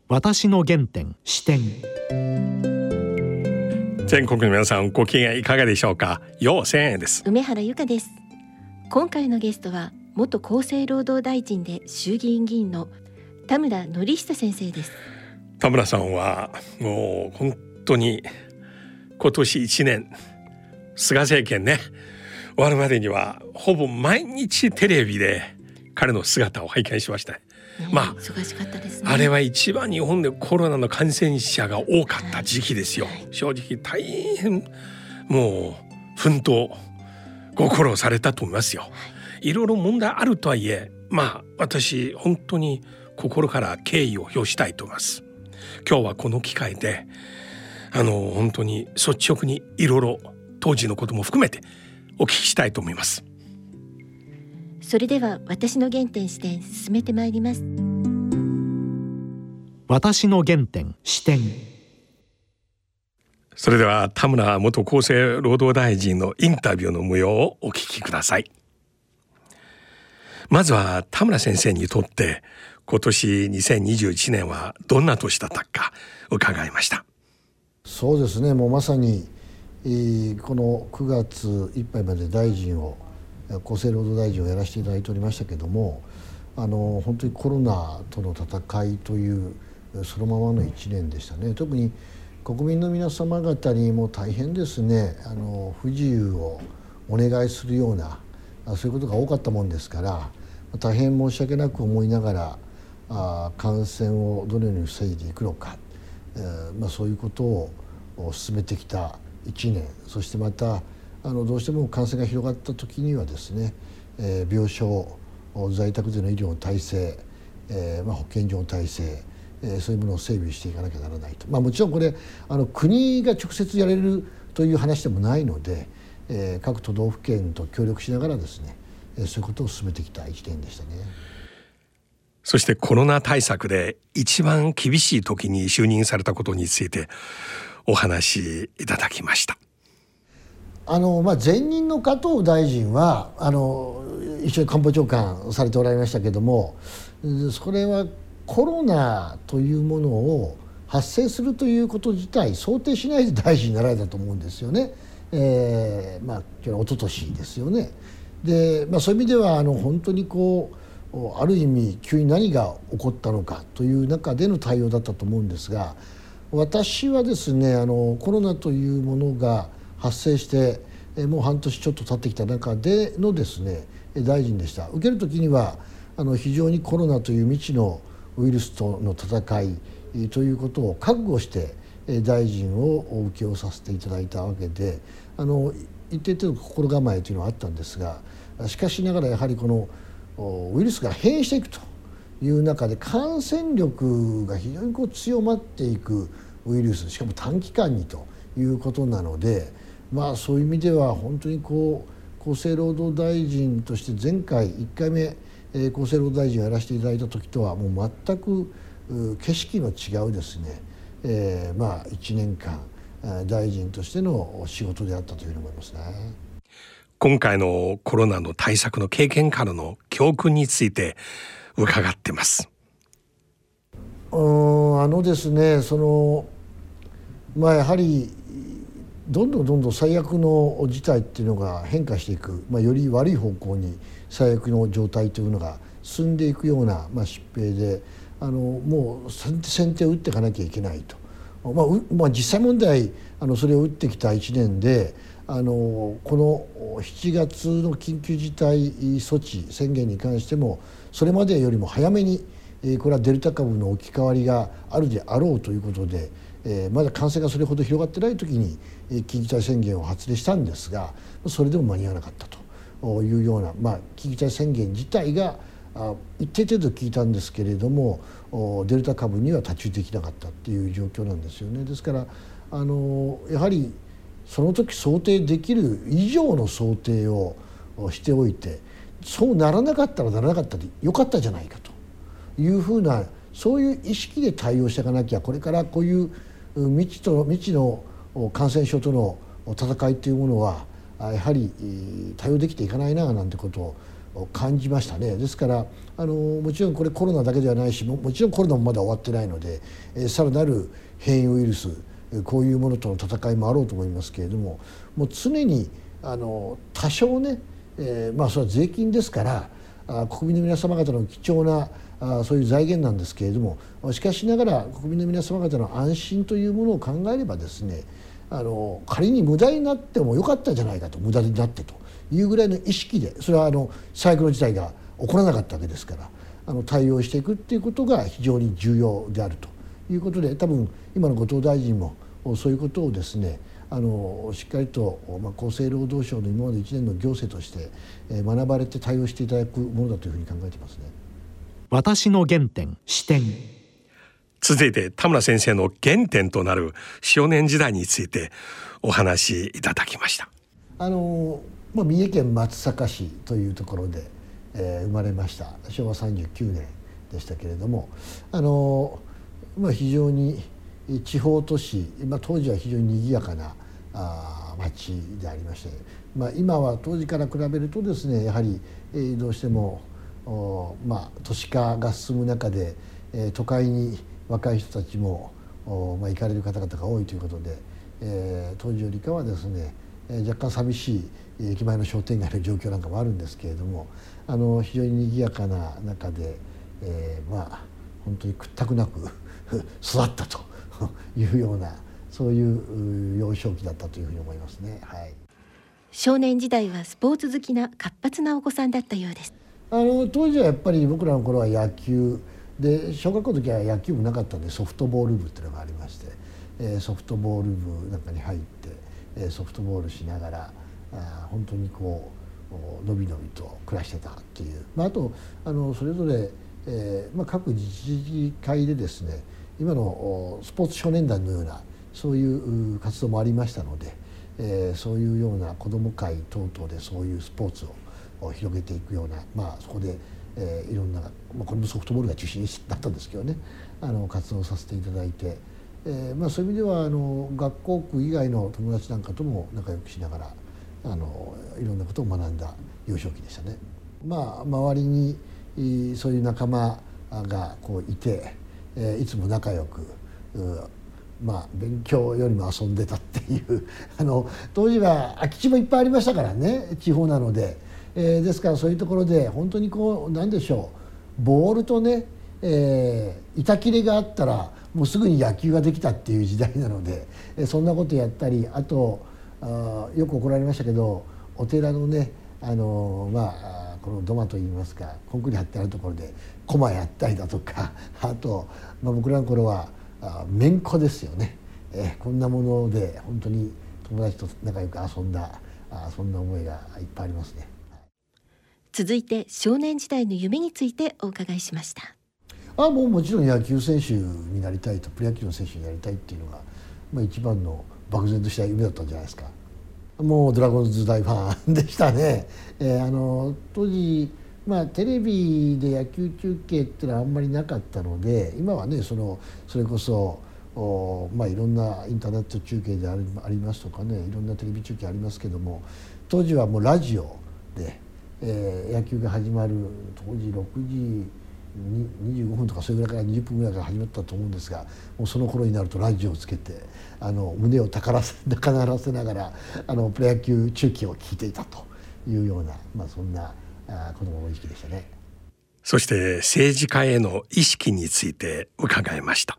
私の原点視点。 全国の皆さん、ご機嫌いかがでしょうか。陽千円です。 梅原由香です。今回のゲストは元厚生労働大臣で衆議院議員の田村典久先生です。 田村さんはもう本当に今年1年菅政権ね終わるまでにはほぼ毎日テレビで彼の姿を拝見しました。 忙しかったですね。 あれは一番日本でコロナの感染者が多かった時期ですよ。正直大変もう奮闘ご苦労されたと思いますよ。いろいろ問題あるとはいえ、私本当に心から敬意を表したいと思います。今日はこの機会で本当に率直にいろいろ当時のことも含めてお聞きしたいと思います。 それでは私の原点視点進めてまいります。 私の原点視点。 それでは田村元厚生労働大臣のインタビューの模様をお聞きください。まずは田村先生にとって今年2021年はどんな年だったか伺いました。 そうですね、もうまさにこの9月いっぱいまで大臣を厚生労働大臣をやらせていただいておりましたけども、本当にコロナとの戦いというそのままの1年でしたね。特に国民の皆様方にも大変ですね、不自由をお願いするようなそういうことが多かったもんですから、大変申し訳なく思いながら感染をどのように防いでいくのか、そういうことを進めてきた1年、そしてまたどうしても感染が広がった時にはですね、病床、在宅での医療の体制、保健所の体制、そういうものを整備していかなきゃならないと。もちろんこれ国が直接やれるという話でもないので、各都道府県と協力しながらですね、そういうことを進めてきた1年でしたね。 そしてコロナ対策で一番厳しい時に就任されたことについてお話しいただきました。 前任の加藤大臣は一緒に官房長官されておられましたけども、それはコロナというものを発生するということ自体想定しないで大臣になられたと思うんですよね。一昨年ですよね。で、そういう意味では本当にある意味急に何が起こったのかという中での対応だったと思うんですが、私はですねコロナというものが発生してもう半年ちょっと経ってきた中でのですね大臣でした。受ける時には非常にコロナという未知のウイルスとの戦いということを覚悟して大臣を受けをさせていただいたわけで、一定程度心構えというのはあったんですが、しかしながらやはりこのウイルスが変異していくという中で感染力が非常に強まっていくウイルス、しかも短期間にということなので、そういう意味では本当に厚生労働大臣として前回1回目厚生労働大臣をやらせていただいた時とはもう全く景色の違うですね、1年間大臣としての仕事であったというふうに思いますね。 今回のコロナの対策の経験からの教訓について伺ってます。 ですねやはりどんどん最悪の事態っていうのが変化していく、より悪い方向に最悪の状態というのが進んでいくような、疾病でもう先手を打っていかなきゃいけないと、実際問題それを打ってきた1年でこの7月の緊急事態措置宣言に関してもそれまでよりも早めにこれはデルタ株の置き換わりがあるであろうということで、まだ感染がそれほど広がってない時に緊急事態宣言を発令したんですが、それでも間に合わなかったというような、緊急事態宣言自体が一定程度効いたんですけれどもデルタ株には太刀打ちできなかったっていう状況なんですよね。ですからやはりその時想定できる以上の想定をしておいて、そうならなかったらならなかったでよかったじゃないかというふうな、そういう意識で対応していかなきゃ、これからこういう未知の感染症との戦いというものはやはり対応できていかないななんてことを感じましたね。ですからもちろんこれコロナだけではないし、もちろんコロナもまだ終わってないので、さらなる変異ウイルス、こういうものとの戦いもあろうと思いますけれども、もう常に多少ね、それは税金ですから国民の皆様方の貴重なそういう財源なんですけれども、しかしながら国民の皆様方の安心というものを考えればですね、仮に無駄になってもよかったんじゃないかと、無駄になってというぐらいの意識で、それは最悪の事態が起こらなかったわけですから、対応していくっていうことが非常に重要であるということで、多分今の後藤大臣もそういうことをですねしっかりと、厚生労働省の今まで1年の行政として学ばれて対応していただくものだというふうに考えていますね。 私の原点視点。 続いて田村先生の原点となる少年時代についてお話しいただきました。 三重県松阪市というところで、生まれました。昭和39年でしたけれども、非常に地方都市、当時は非常に賑やかな町でありまして、今は当時から比べるとですね、やはりどうしても都市化が進む中で、都会に若い人たちも行かれる方々が多いということで、当時よりかはですね若干寂しい駅前の商店街の状況なんかもあるんですけれども、非常に賑やかな中で、本当に屈託なく育ったというような、そういう幼少期だったというふうに思いますね。はい、 少年時代はスポーツ好きな活発なお子さんだったようです。 当時はやっぱり僕らの頃は野球で、小学校の時は野球部なかったんでソフトボール部っていうのがありまして、ソフトボール部なんかに入って、ソフトボールしながら本当にこうのびのびと暮らしてたっていう、あとそれぞれ、各自治会でですね、今のスポーツ少年団のようなそういう活動もありましたので、そういうような子ども会等々でそういうスポーツを広げていくような、そこで、いろんな、これもソフトボールが中心だったんですけどね、活動させていただいて、そういう意味では学校区以外の友達なんかとも仲良くしながらいろんなことを学んだ幼少期でしたね。周りにそういう仲間がこういて、いつも仲良く勉強よりも遊んでたっていう当時は空き地もいっぱいありましたからね、地方なので、ですからそういうところで本当に何でしょう、ボールとね、板切れがあったらもうすぐに野球ができたっていう時代なので、そんなことやったり、あとよく怒られましたけど、お寺のねこの土間といいますかコンクリ張ってあるところで駒やったりだとか、あと、僕らの頃はめんこですよね、こんなもので本当に友達と仲良く遊んだ、そんな思いがいっぱいありますね。 続いて少年時代の夢についてお伺いしました。 もちろん野球選手になりたいと、プロ野球の選手になりたいっていうのが、一番の漠然とした夢だったんじゃないですか。もうドラゴンズ大ファンでしたね。当時、テレビで野球中継っていうのはあんまりなかったので、今はねそれこそいろんなインターネット中継でありますとかね、いろんなテレビ中継ありますけども、当時はもうラジオで、野球が始まる当時6時25分とかそれぐらいから20分ぐらいから始まったと思うんですが、もうその頃になるとラジオをつけて胸を高鳴らせながらプロ野球中継を聞いていたというような、そんな子供の意識でしたね。 そして政治家への意識について伺いました。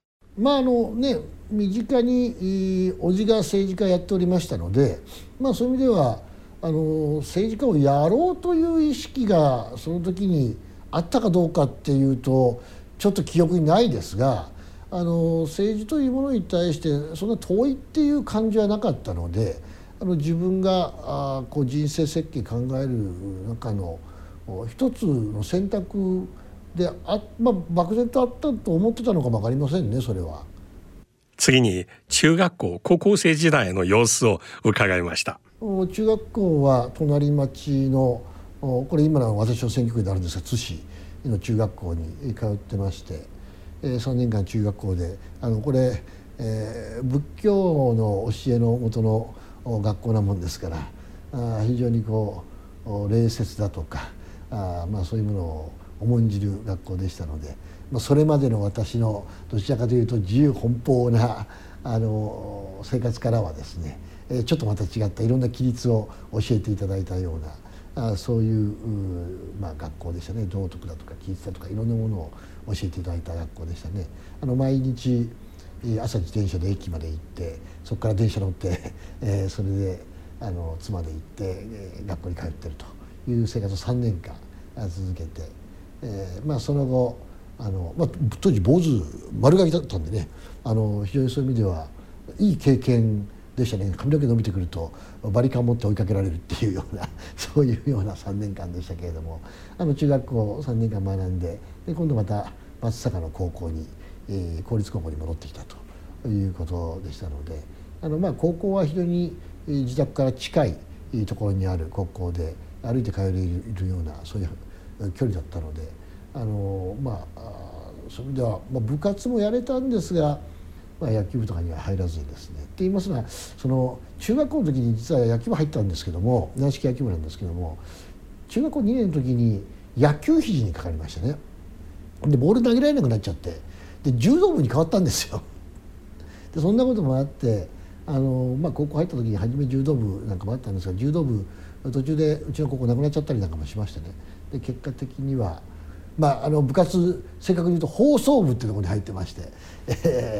身近に叔父が政治家やっておりましたので、そういう意味では政治家をやろうという意識がその時にあったかどうかっていうとちょっと記憶にないですが、政治というものに対してそんな遠いっていう感じはなかったので、自分が人生設計考える中の一つの選択で漠然とあったと思ってたのかも分かりませんね、それは。 次に中学校高校生時代の様子を伺いました。 中学校は隣町のこれ今の私の選挙区になるんですが津市の中学校に通ってまして、3年間中学校でこれ、仏教の教えのもとの学校なもんですから、非常に礼節だとかそういうものを重んじる学校でしたので、それまでの私のどちらかというと自由奔放な生活からはですね、ちょっとまた違ったいろんな規律を教えていただいたようなそういう学校でしたね。道徳だとか規律だとかいろんなものを教えていただいた学校でしたね。毎日朝自転車で駅まで行ってそこから電車乗ってそれで妻で行って学校に通ってるという生活を3年間続けて、その後当時坊主丸刈りだったんでね、非常にそういう意味ではいい経験でしたね。髪の毛伸びてくるとバリカン持って追いかけられるっていうようなそういうような3年間でしたけれども、中学校3年間学んで、今度また松阪の高校に、公立高校に戻ってきたということでしたので、高校は非常に自宅から近いところにある高校で歩いて通えるようなそういう距離だったので、それでは、部活もやれたんですが、野球部とかには入らずにですね。って言いますのは、その中学校の時に実は野球部入ったんですけども、軟式野球部なんですけども、中学校2年の時に野球肘にかかりましたね。でボール投げられなくなっちゃって、で柔道部に変わったんですよ。でそんなこともあって、高校入った時に初め柔道部なんかもあったんですが、柔道部途中でうちの高校なくなっちゃったりなんかもしましてね。で結果的には、部活正確に言うと放送部っていうところに入ってまして、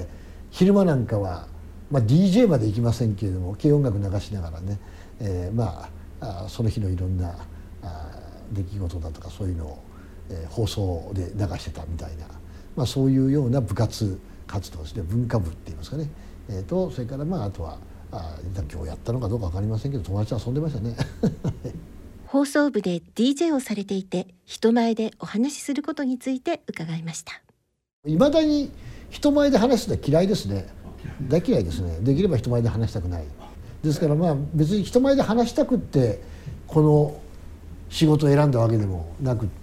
昼間なんかは、DJ まで行きませんけれども軽音楽流しながらね、その日のいろんな出来事だとかそういうのを、放送で流してたみたいな、そういうような部活活動ですね。文化部って言いますかね、それからあとは今日やったのかどうか分かりませんけど友達と遊んでましたね。 放送部で DJ をされていて人前でお話しすることについて伺いました。 いまだに人前で話すのは嫌いですね。大嫌いですね。できれば人前で話したくない。ですから別に人前で話したくってこの仕事を選んだわけでもなくって、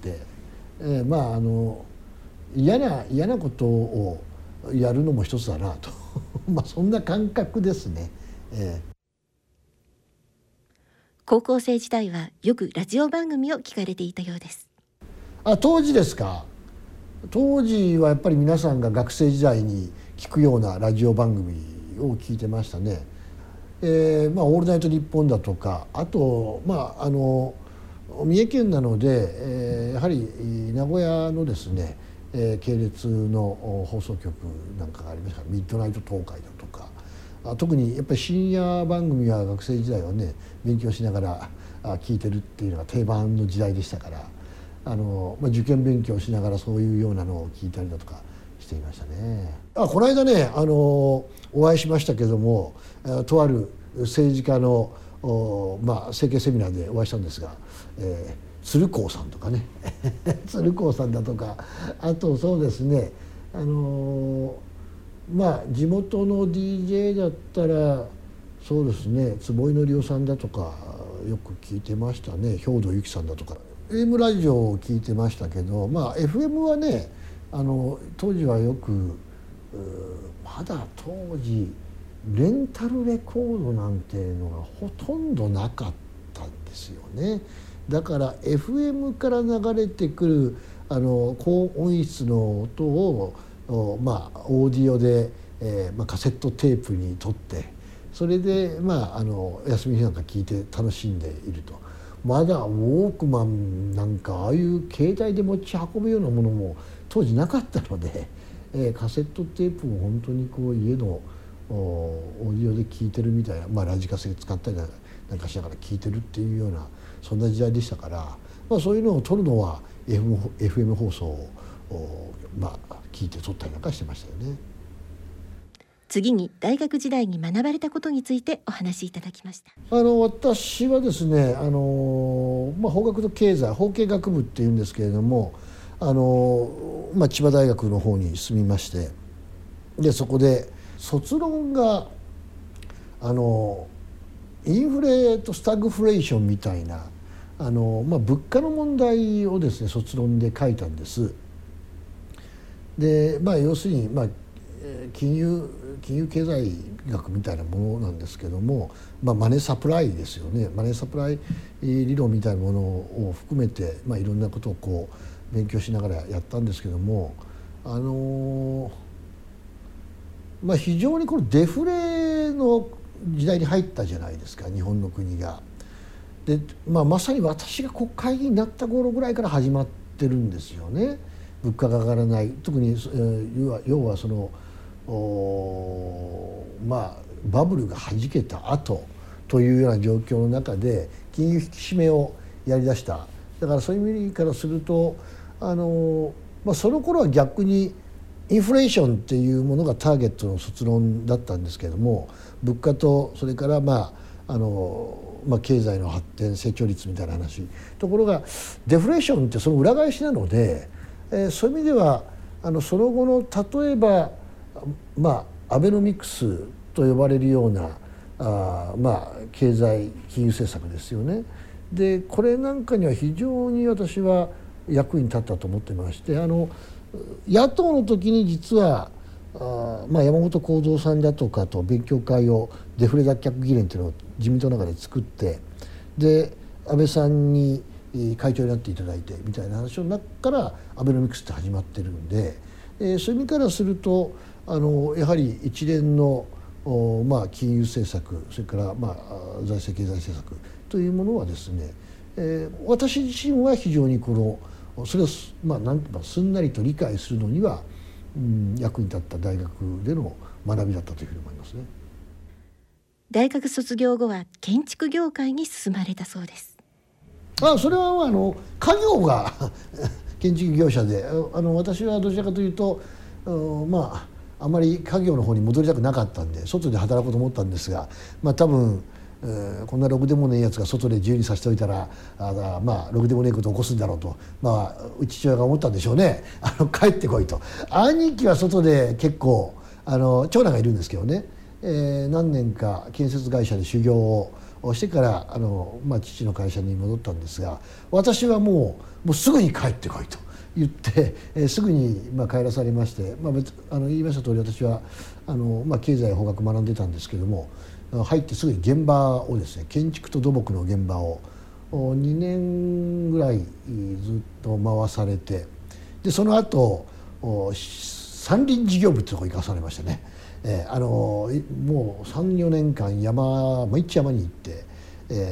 嫌なことをやるのも一つだなとそんな感覚ですね。 高校生時代はよくラジオ番組を聞かれていたようです。 当時ですか。当時はやっぱり皆さんが学生時代に聞くようなラジオ番組を聞いてましたね。オールナイトニッポンだとか、あと三重県なので、やはり名古屋のですね、系列の放送局なんかがありますから、ミッドナイト東海だとか、特にやっぱり深夜番組は学生時代はね勉強しながら聞いてるっていうのが定番の時代でしたから、受験勉強しながらそういうようなのを聞いたりだとかしていましたね。この間ねお会いしましたけども、とある政治家の政経セミナーでお会いしたんですが、鶴光さんとかね鶴光さんだとか、あとそうですね地元の DJ だったらそうですね坪井紀夫さんだとかよく聞いてましたね。兵藤由紀さんだとか AM ラジオを聞いてましたけど、FM はね当時はよくまだ当時レンタルレコードなんていうのがほとんどなかったんですよね。だから FM から流れてくる高音質の音をオーディオで、カセットテープに取って、それで休みの日なんか聞いて楽しんでいると。まだウォークマンなんかああいう携帯で持ち運ぶようなものも当時なかったので、カセットテープを本当に家のオーディオで聞いてるみたいな、ラジカセ使ったりなんかしながら聞いてるっていうようなそんな時代でしたから、そういうのを撮るのは FM 放送を聞いて撮ったりなんかしてましたよね。 次に大学時代に学ばれたことについてお話しいただきました。 私はですね法学と経済法経学部っていうんですけれども千葉大学の方に進みまして、でそこで卒論がインフレとスタグフレーションみたいな物価の問題をですね卒論で書いたんです。で要するに金融経済学みたいなものなんですけども、マネーサプライですよね。マネーサプライ理論みたいなものを含めて、いろんなことをこう勉強しながらやったんですけども、非常にこのデフレの時代に入ったじゃないですか、日本の国が。で、まさに私が国会議員になった頃ぐらいから始まってるんですよね。物価が上がらない、特に要はそのバブルがはじけた後というような状況の中で金融引き締めをやりだした。だからそういう意味からするとその頃は逆にインフレーションっていうものがターゲットの卒論だったんですけれども、物価とそれから経済の発展成長率みたいな話、ところがデフレーションってその裏返しなので、そういう意味ではその後の例えばアベノミクスと呼ばれるような経済金融政策ですよね。でこれなんかには非常に私は役に立ったと思ってまして、野党の時に実は山本幸三さんだとかと勉強会をデフレ脱却議連というのを自民党の中で作って、で安倍さんに会長になっていただいてみたいな話の中からアベノミクスって始まってるんで、そういう意味からするとやはり一連の金融政策、それから財政経済政策というものはですね、私自身は非常にそれをすんなりと理解するのには、役に立った大学での学びだったというふうに思いますね。 大学卒業後は建築業界に進まれたそうです。 それは家業が建築業者で、私はどちらかというとあまり家業の方に戻りたくなかったんで外で働こうと思ったんですが、多分こんなろくでもねえやつが外で自由にさせておいたらろくでもねえことを起こすんだろうと、父親が思ったんでしょうね。帰ってこいと。兄貴は外で結構長男がいるんですけどね、何年か建設会社で修行をしてから父の会社に戻ったんですが、私はもうすぐに帰ってこいと言って、すぐに帰らされまして、言いました通り私は経済法学学んでたんですけども、入ってすぐに現場をですね、建築と土木の現場を2年ぐらいずっと回されて、でその後山林事業部ってとこ行かされましてね、もう 3,4 年間毎日山に行って、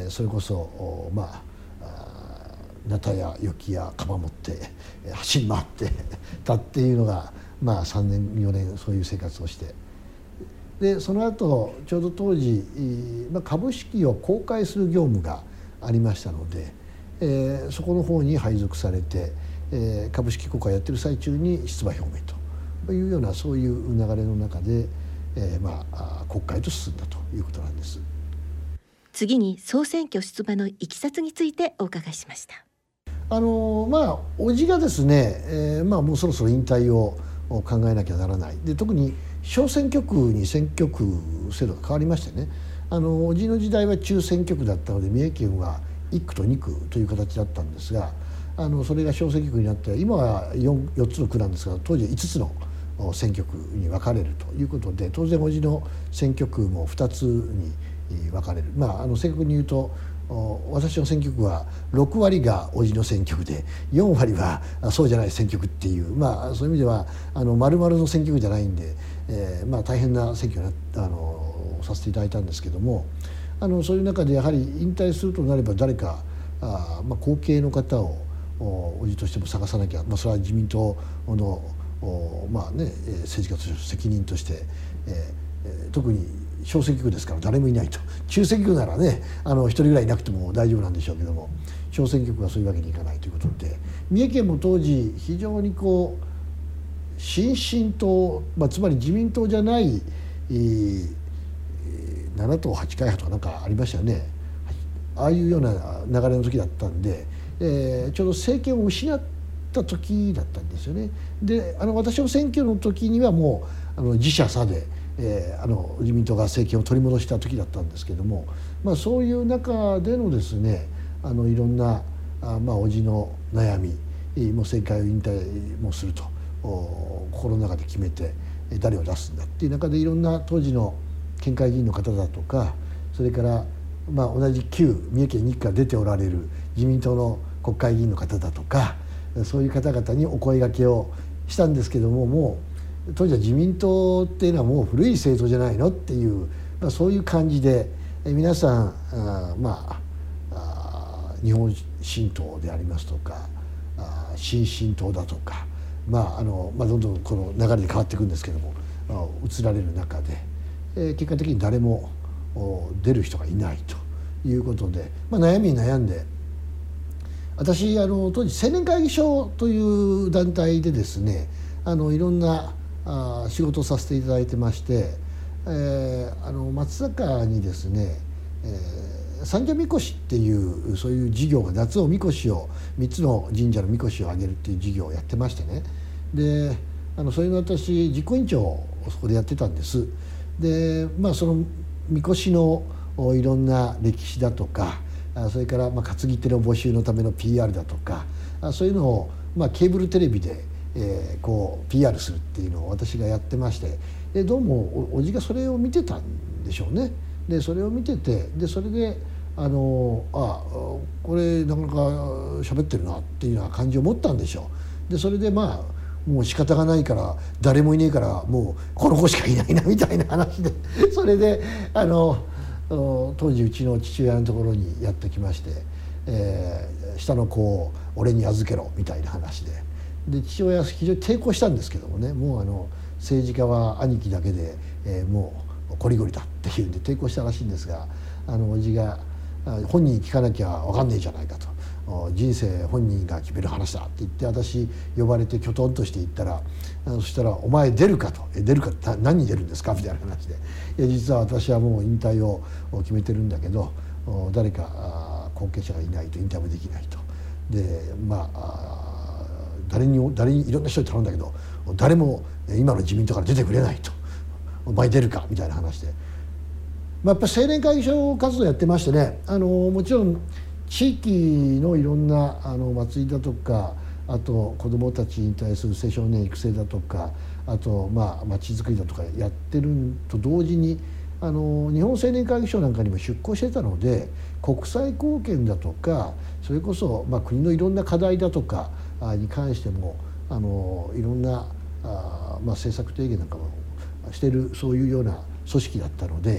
それこそナタやヨキや鎌持って走り回ってたっていうのが3年4年そういう生活をして、でその後ちょうど当時、株式を公開する業務がありましたので、そこの方に配属されて、株式公開やってる最中に出馬表明というようなそういう流れの中で、国会と進んだということなんです。 次に総選挙出馬のいきさつについてお伺いしました。 叔父がですね、もうそろそろ引退を考えなきゃならない。で特に小選挙区に選挙区制度が変わりましてね、叔父の時代は中選挙区だったので三重県は1区と2区という形だったんですが、それが小選挙区になって今は 4つの区なんですが、当時は5つの選挙区に分かれるということで、当然叔父の選挙区も2つに分かれる。正確に言うと私の選挙区は6割が叔父の選挙区で4割はそうじゃない選挙区っていう、そういう意味では丸々の選挙区じゃないんで、大変な選挙にさせていただいたんですけども、そういう中でやはり引退するとなれば誰か後継の方を叔父としても探さなきゃ、それは自民党の政治家として責任として、特に小選挙区ですから誰もいないと。中選挙区ならね一人ぐらいいなくても大丈夫なんでしょうけども、小選挙区はそういうわけにいかないということで、三重県も当時非常に新進党、つまり自民党じゃない7党8会派とかなんかありましたよね。ああいうような流れの時だったんで、ちょうど政権を失った時だったんですよね。で私の選挙の時にはもう自社差で自民党が政権を取り戻した時だったんですけども、そういう中でのですねいろんな叔父の悩みも政界を引退もすると心の中で決めて、 誰を出すんだっていう中でいろんな当時の県会議員の方だとか、それから同じ旧三重県2区から出ておられる自民党の国会議員の方だとか、そういう方々にお声掛けをしたんですけども、もう当時は自民党っていうのはもう古い政党じゃないのっていう、そういう感じで皆さん日本新党でありますとか新進党だとか、どんどんこの流れで変わっていくんですけども、移られる中で、結果的に誰も出る人がいないということで、悩みに悩んで、私当時青年会議所という団体でですね、いろんな仕事をさせていただいてまして、松坂にですね、三社みこしっていうそういう事業が、夏おみこしを3つの神社のみこしをあげるっていう事業をやってましてね、でそれの私実行委員長をそこでやってたんです。でそのみこしのいろんな歴史だとか、それから担ぎ手の募集のための PR だとか、そういうのをケーブルテレビでPR するっていうのを私がやってまして、でどうもおじがそれを見てたんでしょうね。でそれを見てて、でそれでこれなかなか喋ってるなっていうような感じを持ったんでしょう。でそれでもう仕方がないから、誰もいねえからもうこの子しかいないなみたいな話でそれで当時うちの父親のところにやってきまして、下の子を俺に預けろみたいな話で、父親は非常に抵抗したんですけどもね、もう政治家は兄貴だけで、もうこりごりだっていうんで抵抗したらしいんですが、おじが本人に聞かなきゃ分かんねえじゃないかと、人生本人が決める話だって言って、私呼ばれてきょとんとして行ったら、そしたら「お前出るか」と「出るかって何に出るんですか?」みたいな話で「いや実は私はもう引退を決めてるんだけど、誰か後継者がいないと引退もできない」と。で誰にいろんな人に頼んだけど誰も今の自民党から出てくれないと「お前出るか」みたいな話で、やっぱり青年会議所活動やってましてね、もちろん地域のいろんな祭りだとか、あと子どもたちに対する青少年育成だとか、あと町づくりだとかやってると同時に、日本青年会議所なんかにも出向してたので、国際貢献だとか、それこそ国のいろんな課題だとかに関してもいろんな政策提言なんかもしてる、そういうような組織だったので、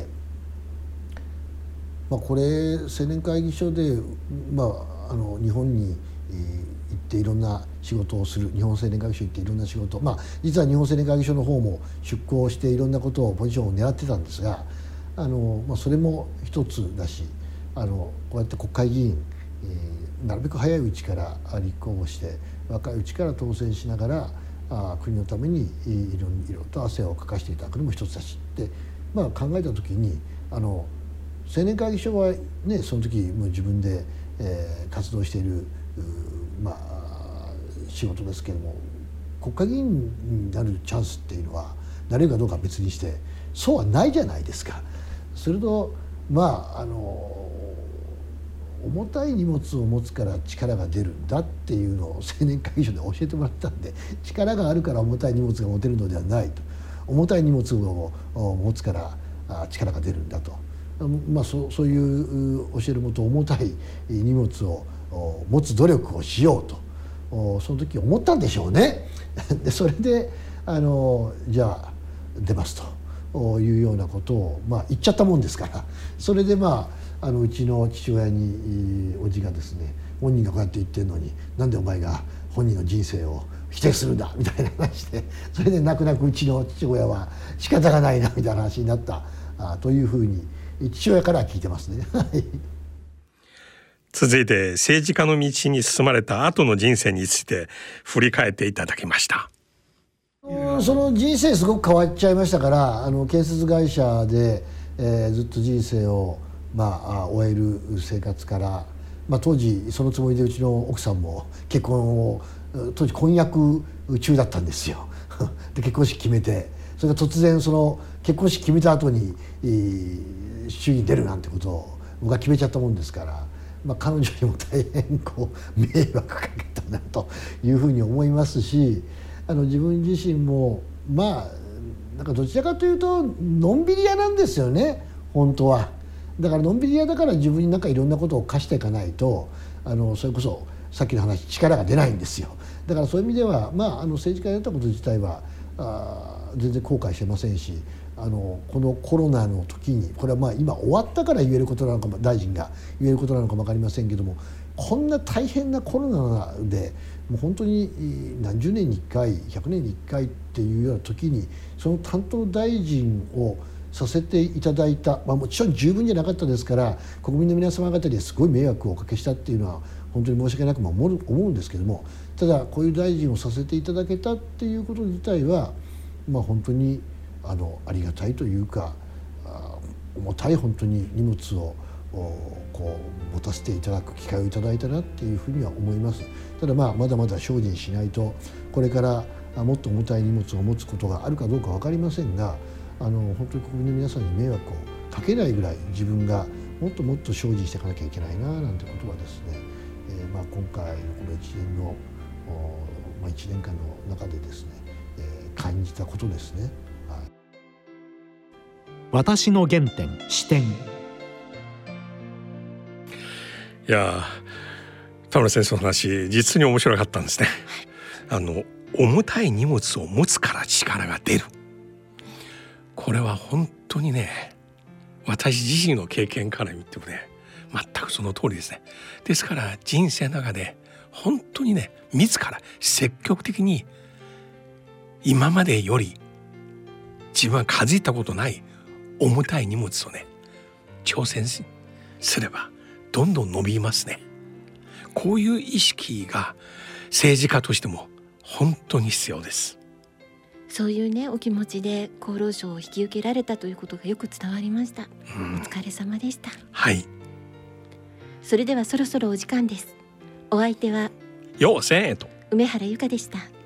これ青年会議所で、日本に行っていろんな仕事をする、日本青年会議所行っていろんな仕事、実は日本青年会議所の方も出向していろんなことをポジションを狙ってたんですが、それも一つだし、こうやって国会議員、なるべく早いうちから立候補して若いうちから当選しながら国のためにいろいろと汗をかかしていただくのも一つだしって、考えた時に青年会議所はね、その時もう自分で、活動している仕事ですけれども、国会議員になるチャンスっていうのはなれるかどうかは別にしてそうはないじゃないですか。すると重たい荷物を持つから力が出るんだっていうのを青年会議所で教えてもらったんで、力があるから重たい荷物が持てるのではないと、重たい荷物を持つから力が出るんだと、そういう教えるもと重たい荷物を持つ努力をしようとその時思ったんでしょうね。でそれでじゃあ出ますというようなことを言っちゃったもんですから、それでうちの父親におじがですね、本人がこうやって言ってるのになんでお前が本人の人生を否定するんだみたいな話で、それで泣く泣くうちの父親は仕方がないなみたいな話になったというふうに父親からは聞いてますね。 続いて政治家の道に進まれた後の人生について振り返っていただきました。 その人生すごく変わっちゃいましたから、建設会社で、ずっと人生を終える生活から、当時そのつもりでうちの奥さんも結婚を当時婚約中だったんですよ。で結婚式決めて、それが突然その結婚式決めた後に衆議院出るなんてことを僕は決めちゃったもんですから、彼女にも大変迷惑かけたなというふうに思いますし、自分自身もなんかどちらかというとのんびり屋なんですよね本当は。だからのんびり屋だから自分になんかいろんなことを課していかないとそれこそさっきの話力が出ないんですよ。だからそういう意味では、政治家になったこと自体は全然後悔してませんしこのコロナの時にこれは今終わったから言えることなのかも大臣が言えることなのかも分かりませんけどもこんな大変なコロナでもう本当に何十年に1回100年に1回っていうような時にその担当大臣をさせていただいた、もちろん十分じゃなかったですから国民の皆様方にすごい迷惑をおかけしたっていうのは本当に申し訳なくも思うんですけどもただこういう大臣をさせていただけたっていうこと自体は本当にありがたいというか重たい本当に荷物をこう持たせていただく機会をいただいたなっていうふうには思います。ただまだまだ精進しないとこれからもっと重たい荷物を持つことがあるかどうか分かりませんが本当に国民の皆さんに迷惑をかけないぐらい自分がもっともっと精進していかなきゃいけないななんてことはですね、今回のこの1年間の中でですね、感じたことですね。 私の原点視点。 いや田村先生の話実に面白かったんですね。重たい荷物を持つから力が出る。これは本当にね私自身の経験から見てもね全くその通りですね。ですから人生の中で本当にね自ら積極的に今までより自分は数えたことない重たい荷物をね挑戦すればどんどん伸びますね。こういう意識が政治家としても本当に必要です。 そういうねお気持ちで厚労省を引き受けられたということがよく伝わりました。お疲れ様でした。 はい。 それではそろそろお時間です。お相手はようせんと梅原由香でした。